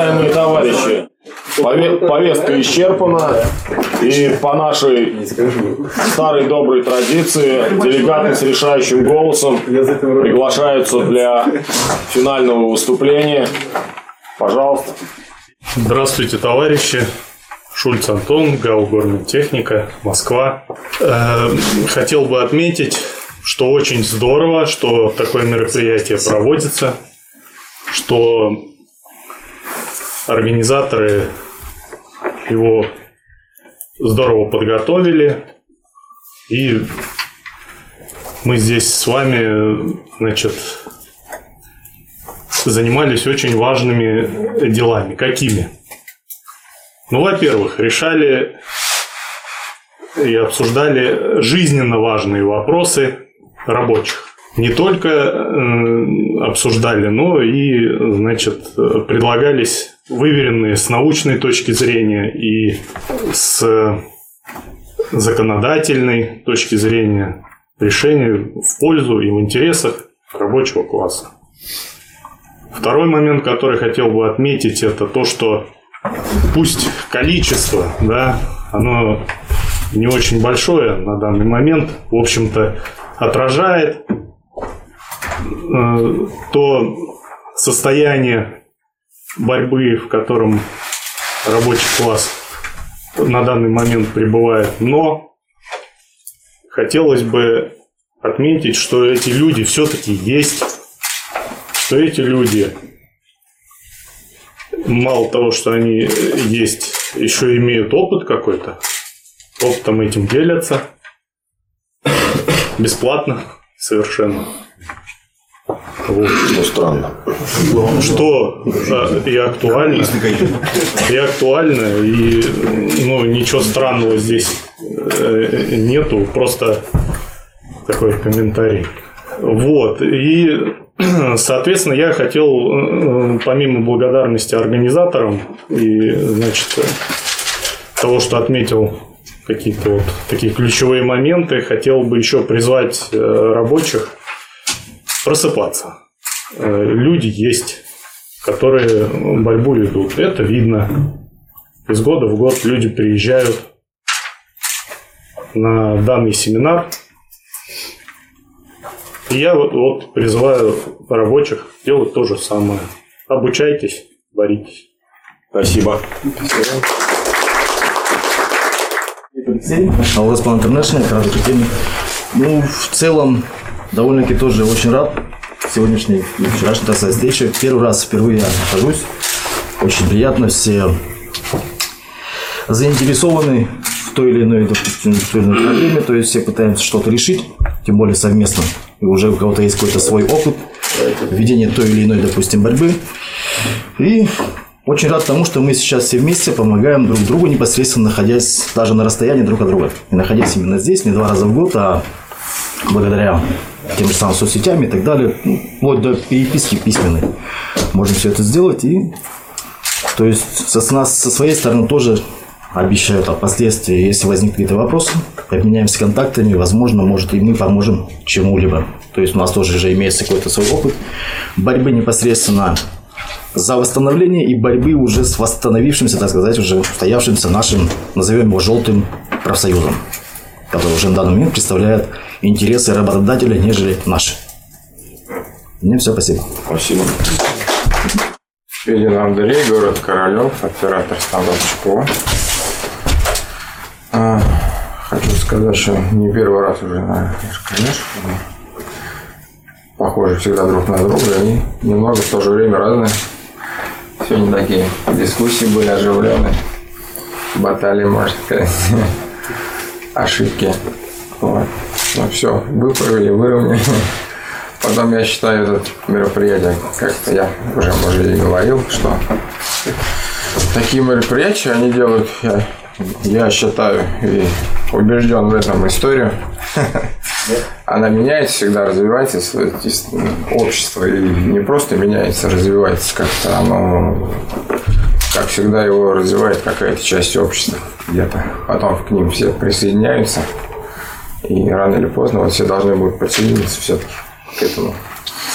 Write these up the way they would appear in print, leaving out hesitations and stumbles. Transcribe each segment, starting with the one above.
Уважаемые товарищи, повестка исчерпана, и по нашей старой доброй традиции делегаты с решающим голосом приглашаются для финального выступления. Пожалуйста. Здравствуйте, товарищи. Шульц Антон, ГАУ «Гормедтехника», Москва. Хотел бы отметить, что очень здорово, что такое мероприятие проводится, что организаторы его здорово подготовили, и мы здесь с вами, занимались очень важными делами. Какими? Во-первых, решали и обсуждали жизненно важные вопросы рабочих. Не только обсуждали, но и, предлагались выверенные с научной точки зрения и с законодательной точки зрения решения в пользу и в интересах рабочего класса. Второй момент, который хотел бы отметить, это то, что пусть количество, оно не очень большое на данный момент, в общем-то, отражает то состояние борьбы, в котором рабочий класс на данный момент пребывает. Но хотелось бы отметить, что эти люди все-таки есть, что эти люди, мало того, что они есть, еще имеют опыт какой-то, опытом этим делятся, бесплатно совершенно. Вот. Что странно. Что и актуально, и ничего странного здесь нету, просто такой комментарий. Вот. И, соответственно, я хотел, помимо благодарности организаторам и, того, что отметил какие-то такие ключевые моменты, хотел бы еще призвать рабочих просыпаться. Люди есть, которые борьбу ведут. Это видно. Из года в год люди приезжают на данный семинар. И я вот призываю рабочих делать то же самое. Обучайтесь, боритесь. Спасибо. Аураспан Интернешнл, короткий день. В целом, довольно-таки тоже очень рад сегодняшней и вчерашней встрече. Впервые я нахожусь. Очень приятно. Все заинтересованы в той или иной, допустим, проблеме. То есть все пытаемся что-то решить, тем более совместно. И уже у кого-то есть какой-то свой опыт ведения той или иной, допустим, борьбы. И очень рад тому, что мы сейчас все вместе помогаем друг другу, непосредственно находясь даже на расстоянии друг от друга. И находясь именно здесь, не 2 раза в год, а благодаря тем же самым соцсетям и так далее, вплоть до переписки письменной. Можем все это сделать. И, то есть, со своей стороны тоже обещаю, впоследствии, если возникнут какие-то вопросы, обменяемся контактами, возможно, может, и мы поможем чему-либо. То есть, у нас тоже уже имеется какой-то свой опыт борьбы непосредственно за восстановление и борьбы уже с восстановившимся, так сказать, уже устоявшимся нашим, назовем его, желтым профсоюзом, который уже на данный момент представляет интересы работодателя, нежели наши. Мне все, спасибо. Спасибо. Федин Андрей, город Королев, оператор стандарт ЧПО. Хочу сказать, что не первый раз уже, конечно, похожи всегда друг на друга и немного в то же время разные. Сегодня такие дискуссии были оживленные, баталии, можно сказать, ошибки. Вот. Ну все, выправили, выровняли. Потом я считаю это мероприятие, как-то я уже, может, и говорил, что такие мероприятия они делают, я считаю и убежден в этом, историю. Она меняется, всегда развивается, общество, и не просто меняется, развивается как-то, оно, как всегда, его развивает какая-то часть общества где-то. Потом к ним все присоединяются, и рано или поздно вот все должны будут присоединиться все-таки к этому.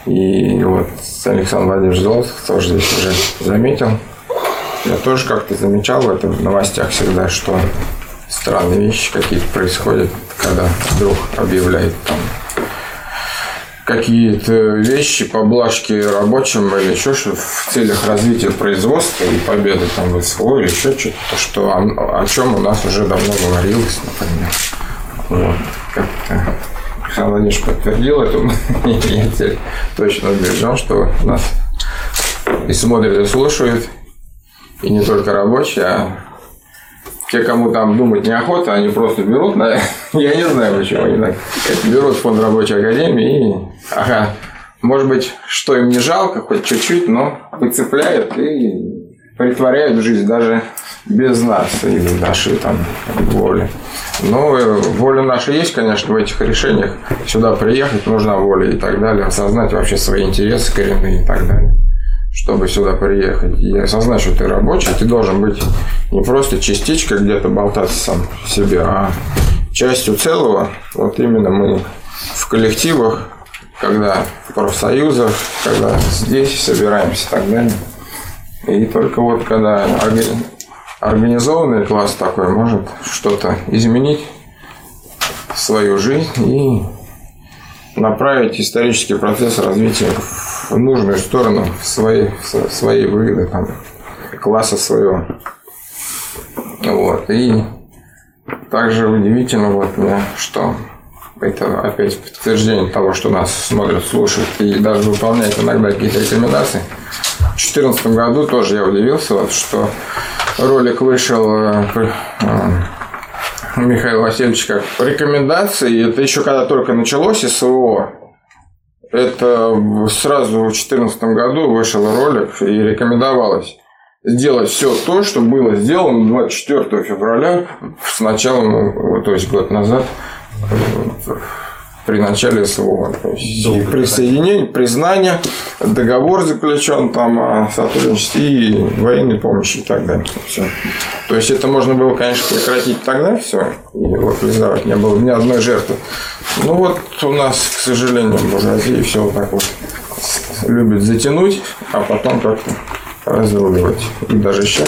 И вот Александр Владимирович Золотов тоже здесь уже заметил. Я тоже как-то замечал в этом в новостях всегда, что странные вещи какие-то происходят, когда вдруг объявляют там какие-то вещи, поблажки рабочим или еще что в целях развития производства и победы там в СВО или еще что-то, что о чем у нас уже давно говорилось, например. Вот. Как-то Александр Владимирович подтвердил это, я теперь точно убежден, что нас и смотрят, и слушают, и не только рабочие, а те, кому там думать неохота, они просто берут, я не знаю почему, они так берут фонд рабочей академии и, может быть, что им не жалко, хоть чуть-чуть, но выцепляют и притворяют в жизнь даже без нас или нашей там воли. Но воля наша есть, конечно, в этих решениях. Сюда приехать нужна воля и так далее, осознать вообще свои интересы коренные и так далее. Чтобы сюда приехать и осознать, что ты рабочий, ты должен быть не просто частичкой где-то болтаться сам в себе, а частью целого. Вот именно мы в коллективах, когда в профсоюзах, когда здесь собираемся и так далее. И только вот когда организованный класс такой может что-то изменить в свою жизнь и направить исторический процесс развития в нужную сторону, в свои выгоды, там, класса своего. Вот. И также удивительно, вот, мне, что это опять подтверждение того, что нас смотрят, слушают и даже выполняют иногда какие-то рекомендации. В 2014 году тоже я удивился, вот, что ролик вышел Михаила Васильевича как рекомендации. Это еще когда только началось СВО. Это сразу в 2014 году вышел ролик и рекомендовалось сделать все то, что было сделано 24 февраля с началом, то есть год назад, при начале СВО. То есть присоединение, признание, договор заключен там о сотрудничестве и военной помощи и так далее. Все. То есть это можно было, конечно, прекратить тогда все и локализовать. Не было ни одной жертвы. Ну вот у нас, к сожалению, буржуазия все вот так вот любит затянуть, а потом как-то разруливать. И даже сейчас.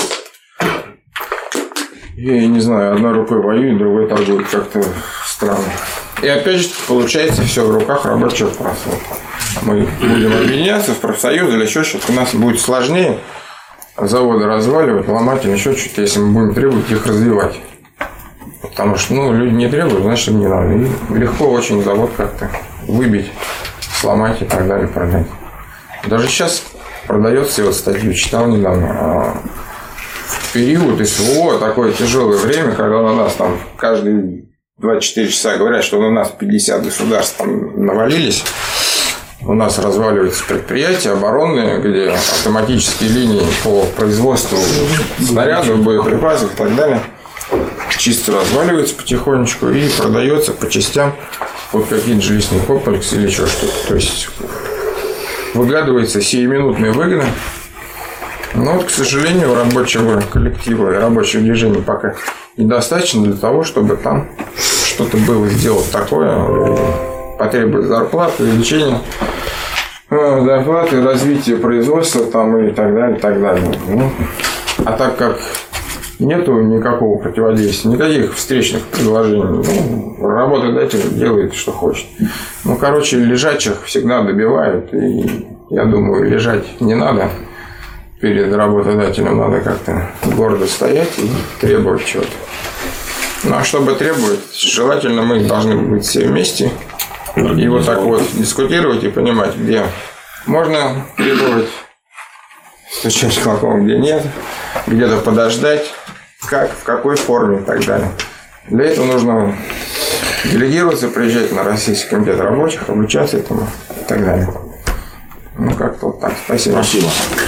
Я не знаю, одной рукой воюет, другой торгует, как-то странно. И опять же получается все в руках рабочего класса. Мы будем объединяться в профсоюз или еще что-то. У нас будет сложнее заводы разваливать, ломать или еще что-то, если мы будем требовать их развивать. Потому что люди не требуют, значит им не надо. И легко очень завод как-то выбить, сломать и так далее, продать. Даже сейчас продается, я вот статью читал недавно, в период СВО, такое тяжелое время, когда на нас там каждые 24 часа говорят, что на нас 50 государств там навалились. У нас разваливаются предприятия оборонные, где автоматические линии по производству снарядов, боеприпасов и так далее чисто разваливаются потихонечку и продается по частям под какие-то жилищные комплексы или еще что-то. То есть выгадывается сиюминутная выгода. Но вот, к сожалению, рабочего коллектива и рабочего движения пока недостаточно для того, чтобы там что-то было сделать такое, потребует зарплаты, увеличения зарплаты, развития производства там, и так далее, и так далее. Ну, а так как нету никакого противодействия, никаких встречных предложений, работодатель делает, что хочет. Короче, лежачих всегда добивают, и я думаю, лежать не надо. Перед работодателем надо как-то гордо стоять и требовать чего-то. Ну, а чтобы требовать, желательно мы должны быть все вместе и вот так вот дискутировать и понимать, где можно требовать, стучать кулаком, где нет, где-то подождать, как, в какой форме и так далее. Для этого нужно делегироваться, приезжать на Российский комитет рабочих, обучаться этому и так далее. Как-то вот так. Спасибо. Спасибо.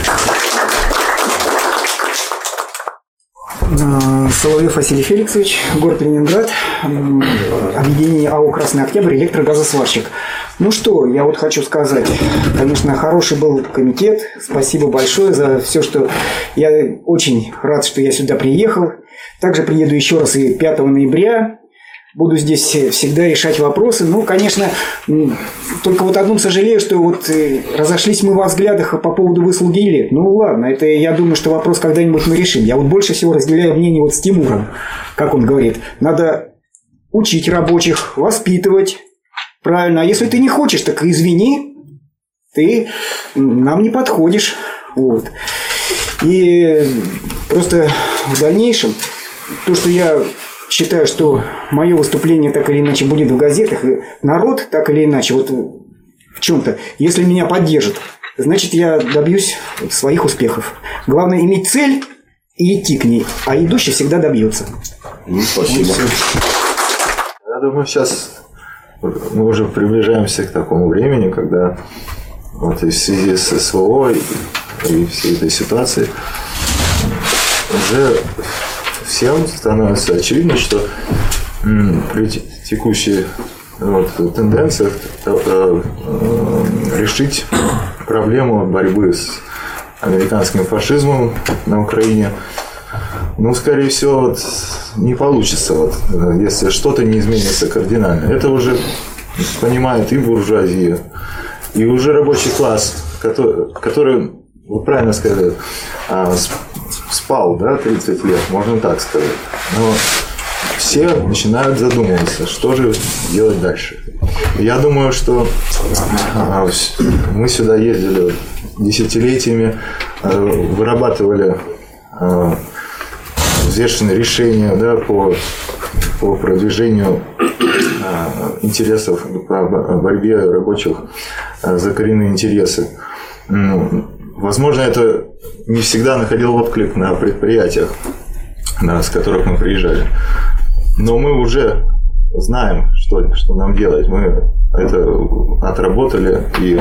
Соловьев Василий Феликсович, город Ленинград, объединение АО «Красный Октябрь», электрогазосварщик. Ну что, я вот хочу сказать, конечно, хороший был комитет, спасибо большое за все, что... Я очень рад, что я сюда приехал. Также приеду еще раз и 5 ноября буду здесь всегда решать вопросы. Ну, конечно, только вот одном сожалею, что вот разошлись мы во взглядах по поводу выслуги лет. Ну, ладно, это я думаю, что вопрос когда-нибудь мы решим. Я вот больше всего разделяю мнение вот с Тимуром, как он говорит. Надо учить рабочих, воспитывать. Правильно. А если ты не хочешь, так извини, ты нам не подходишь. Вот. И просто в дальнейшем то, что я считаю, что мое выступление так или иначе будет в газетах, и народ так или иначе вот в чем-то, если меня поддержит, значит, я добьюсь своих успехов. Главное иметь цель и идти к ней, а идущий всегда добьется. Спасибо. Я думаю, сейчас мы уже приближаемся к такому времени, когда вот в связи с СВО и всей этой ситуацией уже всем становится очевидно, что при текущей тенденциях решить проблему борьбы с американским фашизмом на Украине, ну, скорее всего, не получится, если что-то не изменится кардинально. Это уже понимает и буржуазия, и уже рабочий класс, который, вы правильно сказали, спал, да, 30 лет, можно так сказать. Но все начинают задумываться, что же делать дальше. Я думаю, что мы сюда ездили десятилетиями, вырабатывали взвешенные решения, да, по продвижению интересов, по борьбе рабочих за коренные интересы. Возможно, это не всегда находило отклик на предприятиях, с которых мы приезжали. Но мы уже знаем, что нам делать. Мы это отработали, и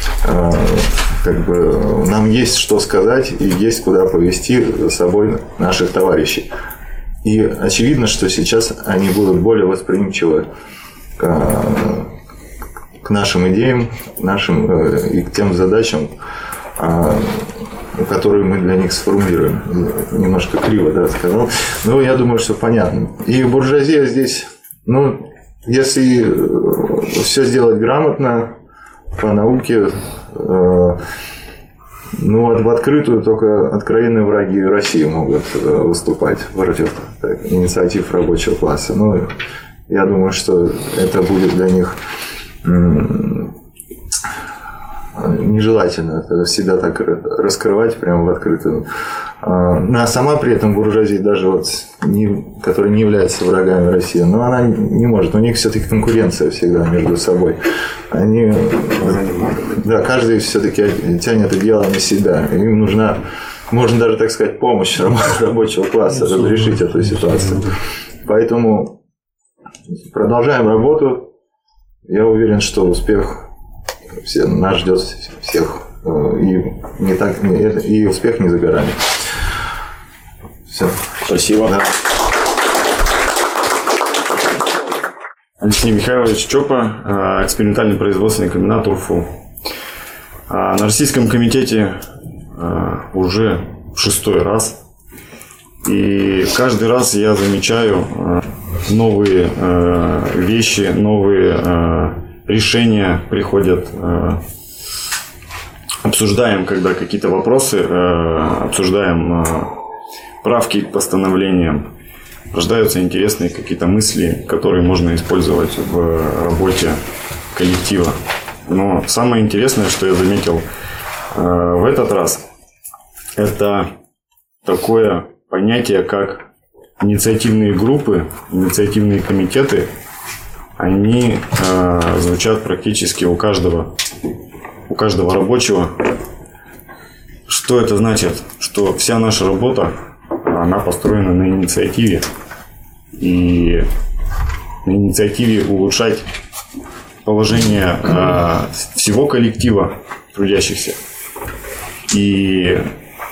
нам есть что сказать, и есть куда повести за собой наших товарищей. И очевидно, что сейчас они будут более восприимчивы к нашим идеям, и к тем задачам, которые мы для них сформулируем. Немножко криво, да, сказал. Но я думаю, что понятно. И буржуазия здесь, если все сделать грамотно, по науке, в открытую только откровенные враги России могут выступать против инициатив рабочего класса. Я думаю, что это будет для них нежелательно всегда так раскрывать прямо в открытую. А сама при этом буржуазия, даже которая не является врагами России, но она не может. У них все-таки конкуренция всегда между собой. Каждый все-таки тянет дело на себя. Им нужна, можно даже так сказать, помощь рабочего класса разрешить эту ситуацию. Поэтому продолжаем работу. Я уверен, что успех нас ждет всех, и успех не за горами. Все. Спасибо. Да. Алексей Михайлович Чопа, экспериментальный производственный комбинат УРФУ. На Российском комитете уже в 6-й раз. И каждый раз я замечаю новые вещи, новые решения приходят. Обсуждаем, когда какие-то вопросы, обсуждаем правки к постановлениям. Рождаются интересные какие-то мысли, которые можно использовать в работе коллектива. Но самое интересное, что я заметил в этот раз, это такое понятие, как инициативные группы, инициативные комитеты. Они звучат практически у каждого рабочего. Что это значит? Что вся наша работа, она построена на инициативе. И на инициативе улучшать положение всего коллектива трудящихся. И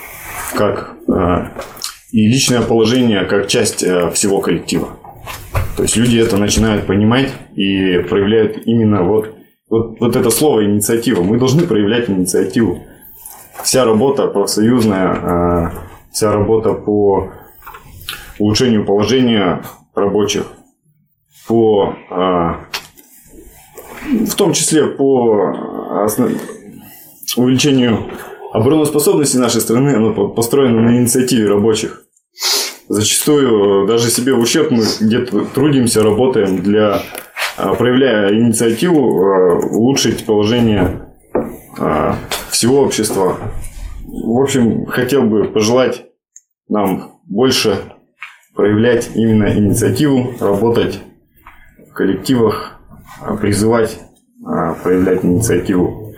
личное положение как часть всего коллектива. То есть люди это начинают понимать и проявляют именно вот это слово инициатива. Мы должны проявлять инициативу. Вся работа профсоюзная, вся работа по улучшению положения рабочих, в том числе по увеличению обороноспособности нашей страны, оно построено на инициативе рабочих. Зачастую даже себе в ущерб мы где-то трудимся, работаем проявляя инициативу, улучшить положение всего общества. В общем, хотел бы пожелать нам больше проявлять именно инициативу, работать в коллективах, призывать проявлять инициативу.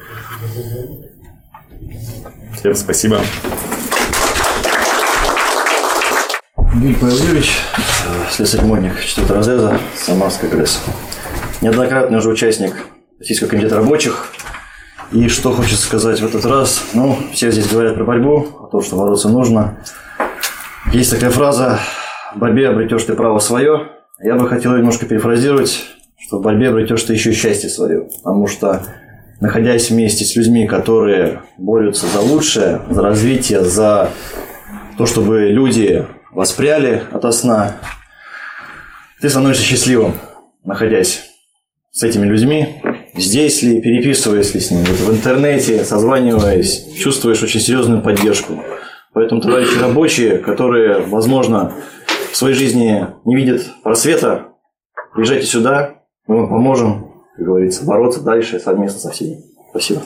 Всем спасибо. Юрий Павел Юрьевич, слесарь модник 4 разряда, Самарская ГРЭС. Неоднократный уже участник Российского комитета рабочих. И что хочется сказать в этот раз? Ну, все здесь говорят про борьбу, о том, что бороться нужно. Есть такая фраза: в борьбе обретешь ты право свое. Я бы хотел немножко перефразировать, что в борьбе обретешь ты еще счастье свое. Потому что, находясь вместе с людьми, которые борются за лучшее, за развитие, за то, чтобы люди воспряли ото сна, ты становишься счастливым, находясь с этими людьми, здесь ли, переписываясь ли с ними, в интернете, созваниваясь, чувствуешь очень серьезную поддержку. Поэтому, товарищи рабочие, которые, возможно, в своей жизни не видят просвета, приезжайте сюда, мы вам поможем, как говорится, бороться дальше совместно со всеми. Спасибо.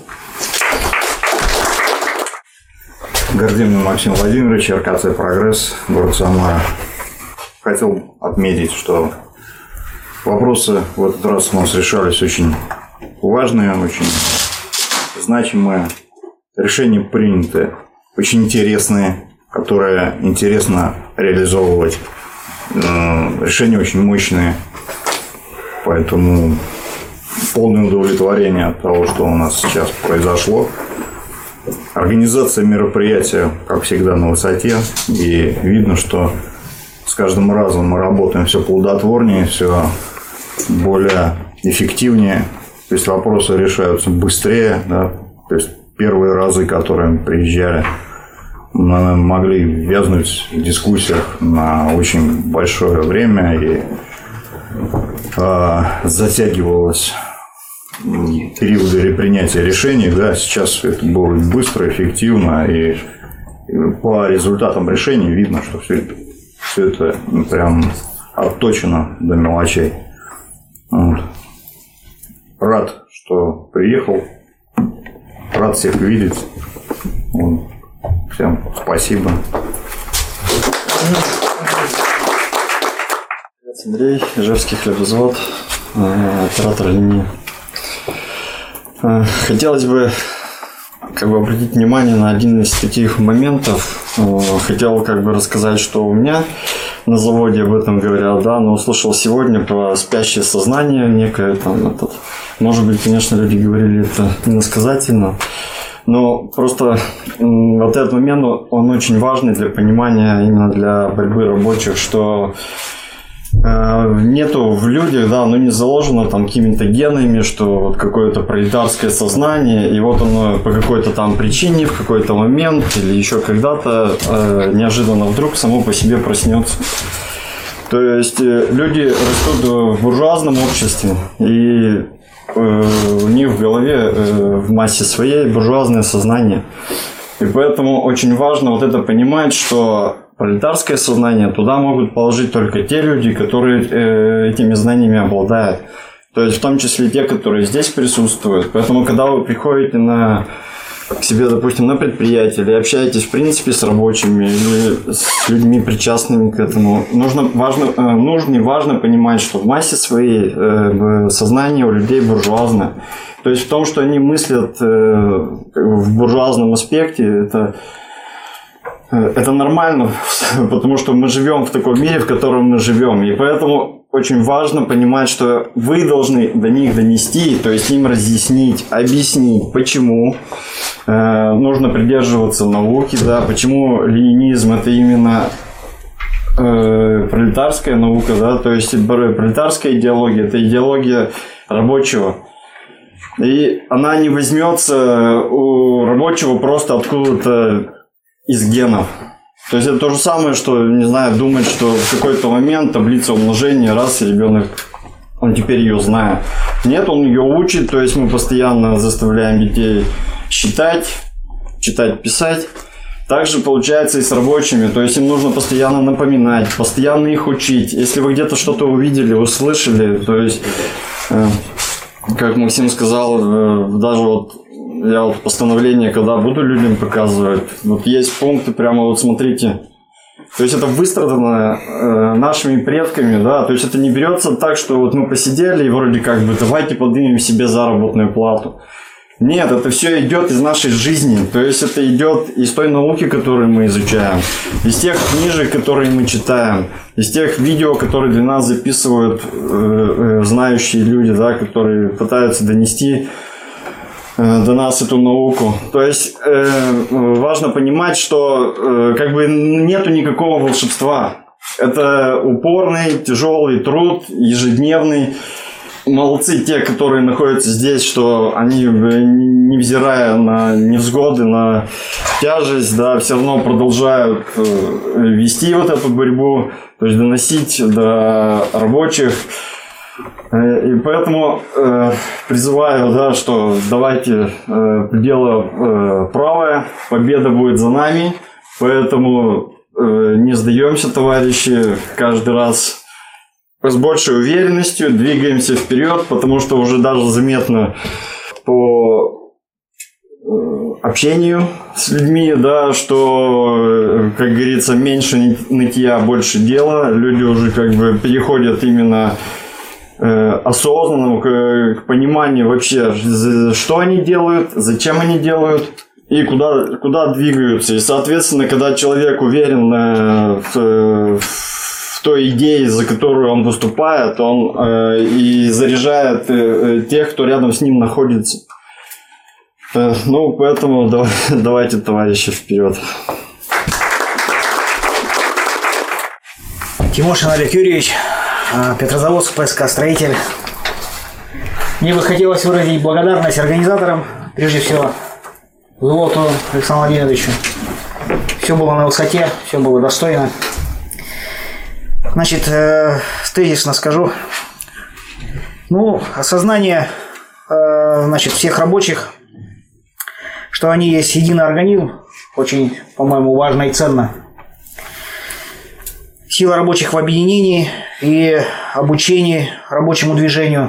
Гордимный Максим Владимирович, РКЦ «Прогресс», город Самара. Хотел отметить, что вопросы в этот раз у нас решались очень важные, очень значимые. Решения приняты очень интересные, которые интересно реализовывать. Решения очень мощные. Поэтому полное удовлетворение от того, что у нас сейчас произошло. Организация мероприятия, как всегда, на высоте. И видно, что с каждым разом мы работаем все плодотворнее, все более эффективнее. То есть вопросы решаются быстрее. Да? То есть первые разы, которые мы приезжали, мы могли ввязнуть в дискуссиях на очень большое время, и затягивалось периоды принятия решений. Да, сейчас это было быстро, эффективно, и по результатам решений видно, что все это прям отточено до мелочей. Вот. Рад, что приехал, рад всех видеть. Вот. Всем спасибо. Андрей, Ижевский хлебозавод, оператор линии. Хотелось бы обратить внимание на один из таких моментов. Хотел рассказать, что у меня на заводе об этом говорят, да, но услышал сегодня про спящее сознание некое там. Может быть, конечно, люди говорили это иносказательно, но просто вот этот момент, он очень важный для понимания, именно для борьбы рабочих, что нету в людях, да, оно не заложено там какими-то генами, что вот какое-то пролетарское сознание, и вот оно по какой-то там причине в какой-то момент или еще когда-то неожиданно вдруг само по себе проснется. То есть люди растут в буржуазном обществе, и у них в голове, в массе своей буржуазное сознание. И поэтому очень важно вот это понимать, что пролетарское сознание туда могут положить только те люди, которые этими знаниями обладают. То есть в том числе те, которые здесь присутствуют. Поэтому, когда вы приходите к себе, допустим, на предприятие или общаетесь в принципе с рабочими или с людьми, причастными к этому, нужно и важно понимать, что в массе своей сознание у людей буржуазное. То есть в том, что они мыслят в буржуазном аспекте, это нормально, потому что мы живем в таком мире, в котором мы живем. И поэтому очень важно понимать, что вы должны до них донести, то есть им разъяснить, объяснить, почему нужно придерживаться науки, да, почему ленинизм это именно пролетарская наука, да, то есть пролетарская идеология, это идеология рабочего. И она не возьмется у рабочего просто откуда-то из генов. То есть это то же самое, что, не знаю, думать, что в какой-то момент таблица умножения раз, и ребенок он теперь ее знает. Нет, он ее учит, то есть мы постоянно заставляем детей читать, писать. Также получается и с рабочими, то есть им нужно постоянно напоминать, постоянно их учить. Если вы где-то что-то увидели, услышали, то есть, как Максим сказал, даже вот я вот постановление, когда буду людям показывать, вот есть пункты, прямо вот смотрите. То есть это выстрадано нашими предками, да, то есть это не берется так, что вот мы посидели и вроде как бы давайте поднимем себе заработную плату. Нет, это все идет из нашей жизни, то есть это идет из той науки, которую мы изучаем, из тех книжек, которые мы читаем, из тех видео, которые для нас записывают знающие люди, да, которые пытаются донести до нас эту науку. То есть важно понимать, что как бы нету никакого волшебства. Это упорный, тяжелый труд, ежедневный. Молодцы те, которые находятся здесь, что они, невзирая на невзгоды, на тяжесть, да, все равно продолжают вести вот эту борьбу, то есть доносить до рабочих. И поэтому призываю, да, что давайте дело правое, победа будет за нами, поэтому не сдаемся, товарищи, каждый раз с большей уверенностью двигаемся вперед, потому что уже даже заметно по общению с людьми, да, что, как говорится, меньше нытья, больше дела, люди уже как бы переходят именно осознанному к пониманию вообще, что они делают, зачем они делают и куда двигаются. И, соответственно, когда человек уверен в той идее, за которую он выступает, он и заряжает тех, кто рядом с ним находится. Ну, поэтому давайте, товарищи, вперед. Тимошин Олег Юрьевич, Петрозаводск, ПСК «Строитель». Мне бы хотелось выразить благодарность организаторам, прежде всего, Золоту Александру Владимировичу. Все было на высоте, все было достойно. Значит, тезисно скажу. Ну, осознание, значит, всех рабочих, что они есть единый организм, очень, по-моему, важно и ценно. Сила рабочих в объединении и обучении рабочему движению.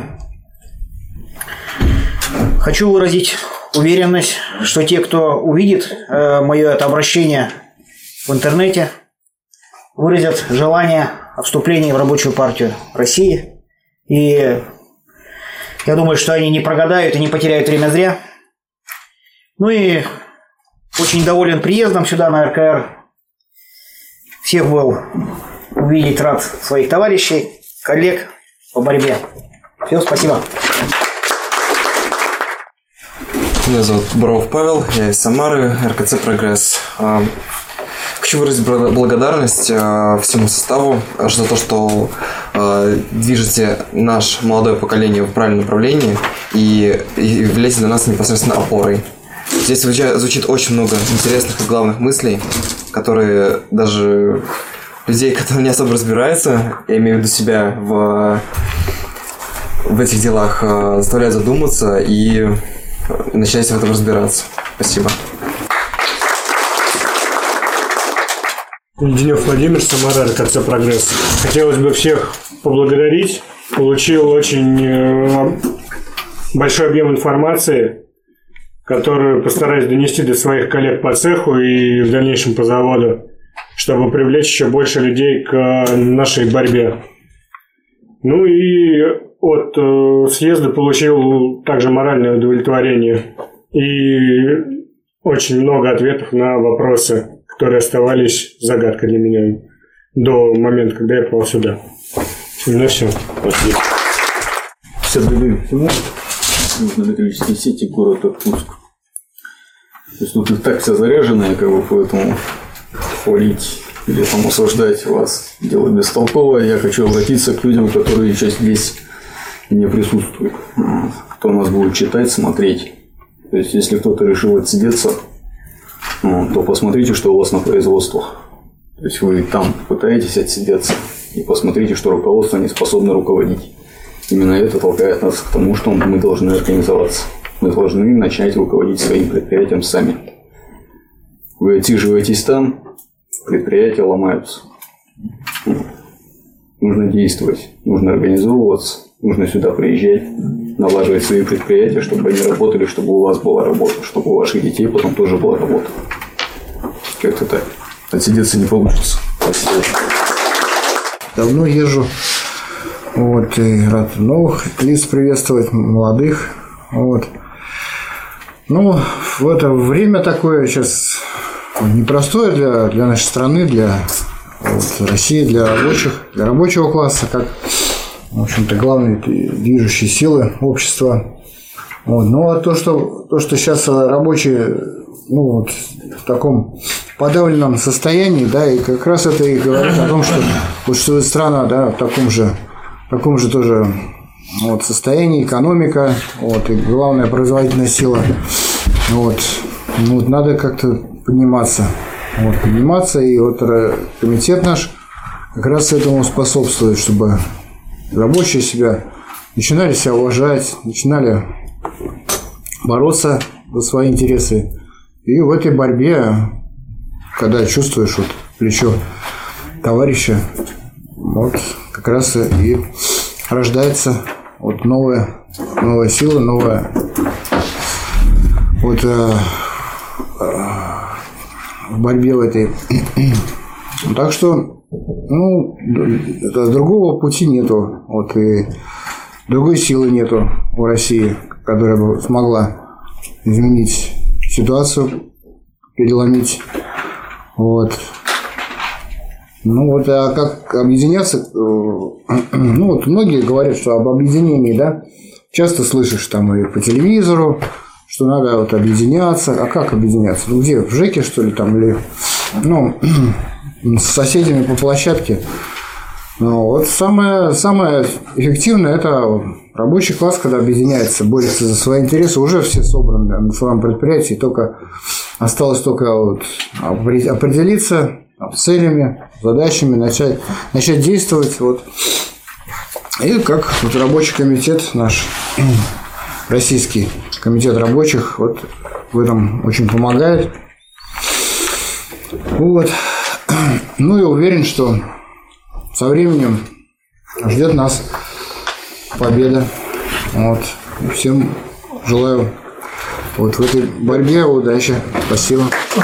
Хочу выразить уверенность, что те, кто увидит мое это обращение в интернете, выразят желание о вступлении в Рабочую партию России. И я думаю, что они не прогадают и не потеряют время зря. Ну и очень доволен приездом сюда на РКР. Всех был увидеть рад своих товарищей, коллег по борьбе. Все, спасибо. Меня зовут Буров Павел, я из Самары, РКЦ «Прогресс». Хочу выразить благодарность всему составу за то, что движете наше молодое поколение в правильном направлении и являетесь для нас непосредственно опорой. Здесь звучит очень много интересных и главных мыслей, которые даже людей, которые не особо разбираются, я имею в виду себя в этих делах, заставляют задуматься и начинать в этом разбираться. Спасибо. Леденев Владимир, Самара, РКЦ «Прогресс». Хотелось бы всех поблагодарить. Получил очень большой объем информации, которую постараюсь донести до своих коллег по цеху и в дальнейшем по заводу, чтобы привлечь еще больше людей к нашей борьбе. Ну и от съезда получил также моральное удовлетворение и очень много ответов на вопросы, которые оставались загадкой для меня до момента, когда я попал сюда. Ну все. Спасибо. Все годы всему нужно электрические сети города Иркутск. То есть тут и так все заряженное, как бы, поэтому хвалить или там осуждать вас дело бестолковое. Я хочу обратиться к людям, которые сейчас здесь не присутствуют. Кто нас будет читать, смотреть. То есть, если кто-то решил отсидеться, то посмотрите, что у вас на производствах. То есть, вы там пытаетесь отсидеться. И посмотрите, что руководство не способно руководить. именно это толкает нас к тому, что мы должны организоваться. Мы должны начать руководить своим предприятием сами. Вы отсиживаетесь там, предприятия ломаются. Нужно действовать, нужно организовываться, нужно сюда приезжать, налаживать свои предприятия, чтобы они работали, чтобы у вас была работа, чтобы у ваших детей потом тоже была работа. Как-то так. Отсидеться не получится. Спасибо. Давно езжу. Вот, и рад новых лиц приветствовать, молодых. Вот. Ну, в это время такое сейчас непростое для нашей страны, для России, для рабочего класса, как, в общем-то, главные движущие силы общества. Вот. Ну, а то, что сейчас рабочие в таком подавленном состоянии, да, и как раз это и говорит о том, что страна, да, в таком же тоже состоянии, экономика, и главная производительная сила. Надо как-то подниматься. И комитет наш как раз этому способствует, чтобы рабочие начинали себя уважать, начинали бороться за свои интересы. И в этой борьбе, когда чувствуешь плечо товарища, как раз и рождается новая сила, новая в борьбе в этой. Так что другого пути нету, и другой силы нету в России, которая бы смогла изменить ситуацию, переломить. А как объединяться? Многие говорят, что об объединении, да, часто слышишь там и по телевизору, что надо объединяться. А как объединяться? Где? В ЖЭКе, что ли, там, или с соседями по площадке? Самое эффективное – это рабочий класс, когда объединяется, борется за свои интересы. Уже все собраны на своем предприятии, осталось определиться с целями, задачами, начать действовать. И как рабочий комитет наш, российский комитет рабочих, в этом очень помогает. И уверен, что со временем ждет нас победа. И всем желаю в этой борьбе удачи. Спасибо.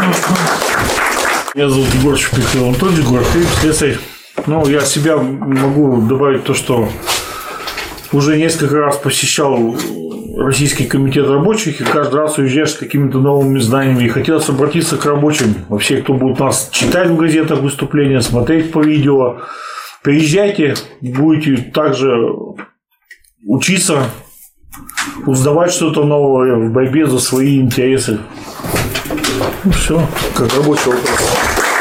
Меня зовут Егорчик Михаил Анатольевич, город Киев, слесарь. Я себя могу добавить то, что уже несколько раз посещал Российский комитет рабочих, и каждый раз уезжаешь с какими-то новыми знаниями. И хотелось обратиться к рабочим, вообще, кто будет нас читать в газетах выступления, смотреть по видео. Приезжайте, будете также учиться, узнавать что-то новое в борьбе за свои интересы. Все, как рабочий вопрос.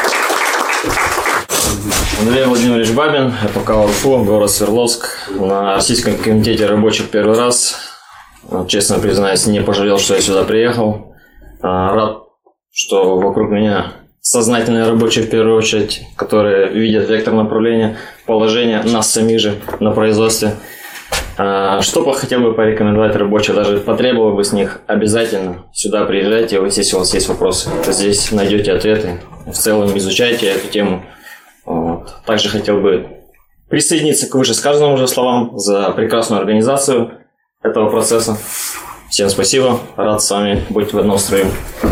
Андрей Владимирович Бабин, ЭПК УРФУ, город Свердловск. На Российском комитете рабочих первый раз. Честно признаюсь, не пожалел, что я сюда приехал. Рад, что вокруг меня сознательные рабочие в первую очередь, которые видят вектор направления, положения нас самих же на производстве. Что бы хотел бы порекомендовать рабочим, даже потребовал бы с них, обязательно сюда приезжайте, если у вас есть вопросы. Здесь найдете ответы, в целом изучайте эту тему. Также хотел бы присоединиться к вышесказанным уже словам за прекрасную организацию этого процесса. Всем спасибо, рад с вами быть в одном строю.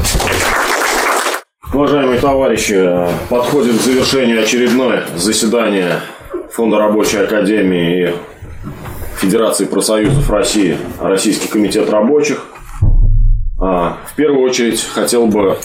Уважаемые товарищи, подходит к завершению очередное заседание Фонда рабочей академии и Федерации профсоюзов России, Российский комитет рабочих. В первую очередь хотел бы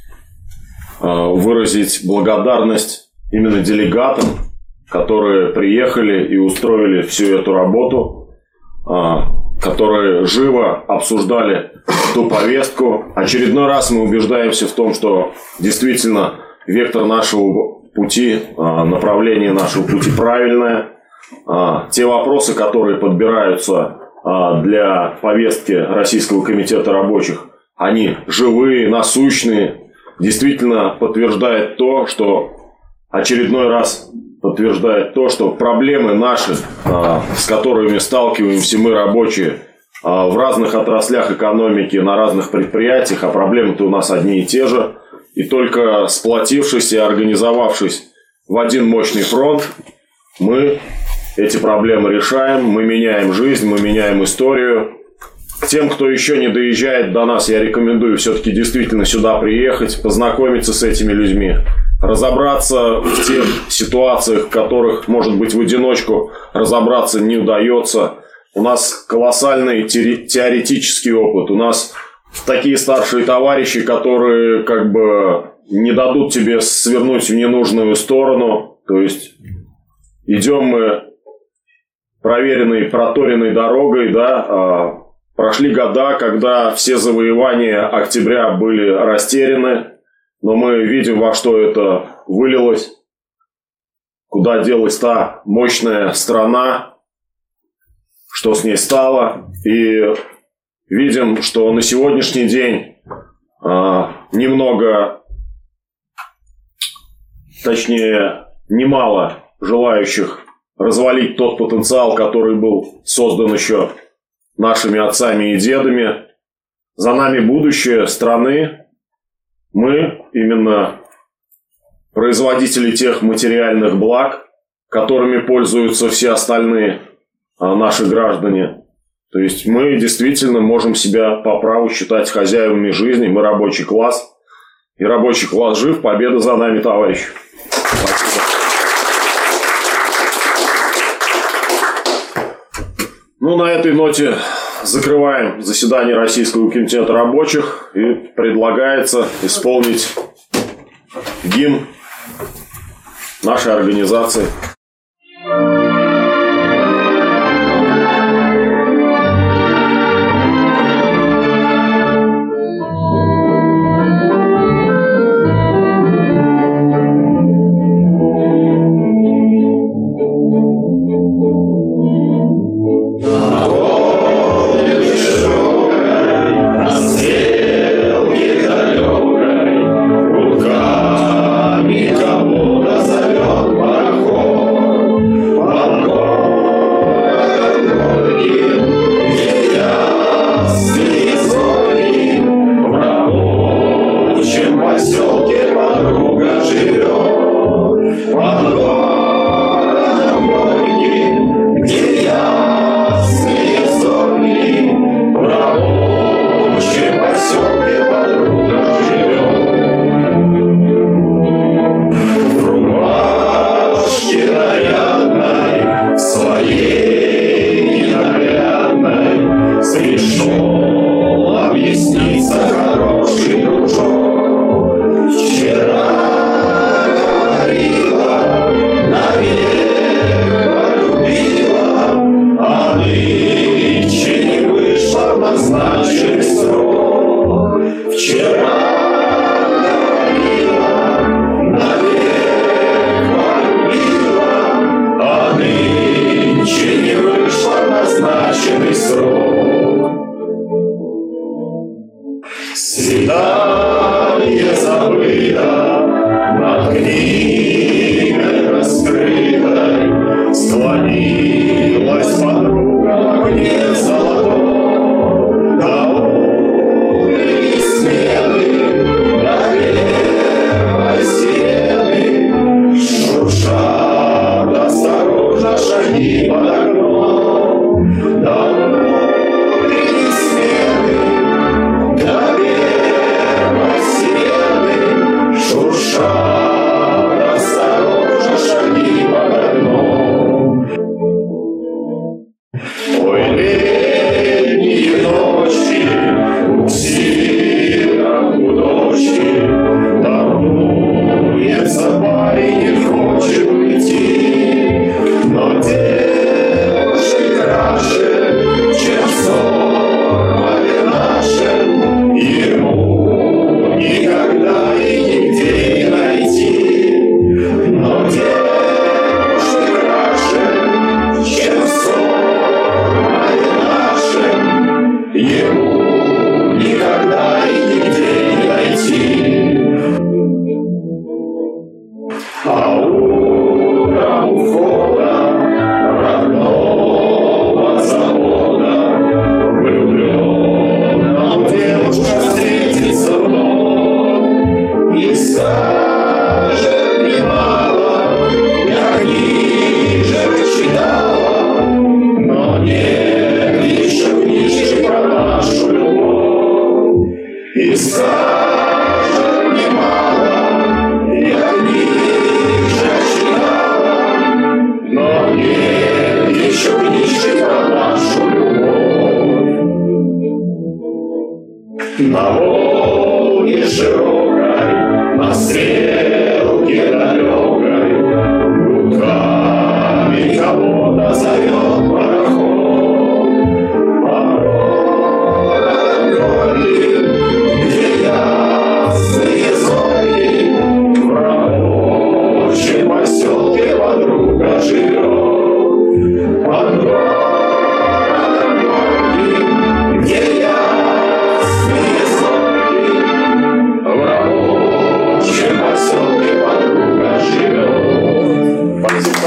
выразить благодарность именно делегатам, которые приехали и устроили всю эту работу, которые живо обсуждали ту повестку. Очередной раз мы убеждаемся в том, что действительно вектор нашего пути, направление нашего пути правильное. Те вопросы, которые подбираются для повестки Российского комитета рабочих, они живые, насущные, действительно подтверждает то, что очередной раз подтверждает то, что проблемы наши, с которыми сталкиваемся мы, рабочие, в разных отраслях экономики, на разных предприятиях, а проблемы-то у нас одни и те же. И только сплотившись и организовавшись в один мощный фронт, мы эти проблемы решаем, мы меняем жизнь, мы меняем историю. Тем, кто еще не доезжает до нас, я рекомендую все-таки действительно сюда приехать, познакомиться с этими людьми, разобраться в тех ситуациях, в которых, может быть, в одиночку разобраться не удается. У нас колоссальный теоретический опыт, у нас такие старшие товарищи, которые как бы не дадут тебе свернуть в ненужную сторону. То есть идем мы проверенной, проторенной дорогой, да. Прошли года, когда все завоевания октября были растеряны, но мы видим, во что это вылилось, куда делась та мощная страна, что с ней стало, и видим, что на сегодняшний день немало желающих развалить тот потенциал, который был создан еще нашими отцами и дедами. За нами будущее страны. Мы именно производители тех материальных благ, которыми пользуются все остальные наши граждане. То есть мы действительно можем себя по праву считать хозяевами жизни. Мы рабочий класс. И рабочий класс жив. Победа за нами, товарищи. Спасибо. Ну, на этой ноте закрываем заседание Российского комитета рабочих и предлагается исполнить гимн нашей организации. А утром ухода родного завода влюбленным девушка встретится вновь и скажет немало, я книжек читала, но нет еще книжки про нашу любовь. И скажет немало, я книжек читала, но нет еще книжки про нашу любовь. На Волге широкой, на стрелке далекой, гудками кого-то зовет пароход. Порой, где ясные зори, в рабочем поселке подруга живет. Под городом горьким, где ясные зори, в рабочем поселке подруга живет. Спасибо.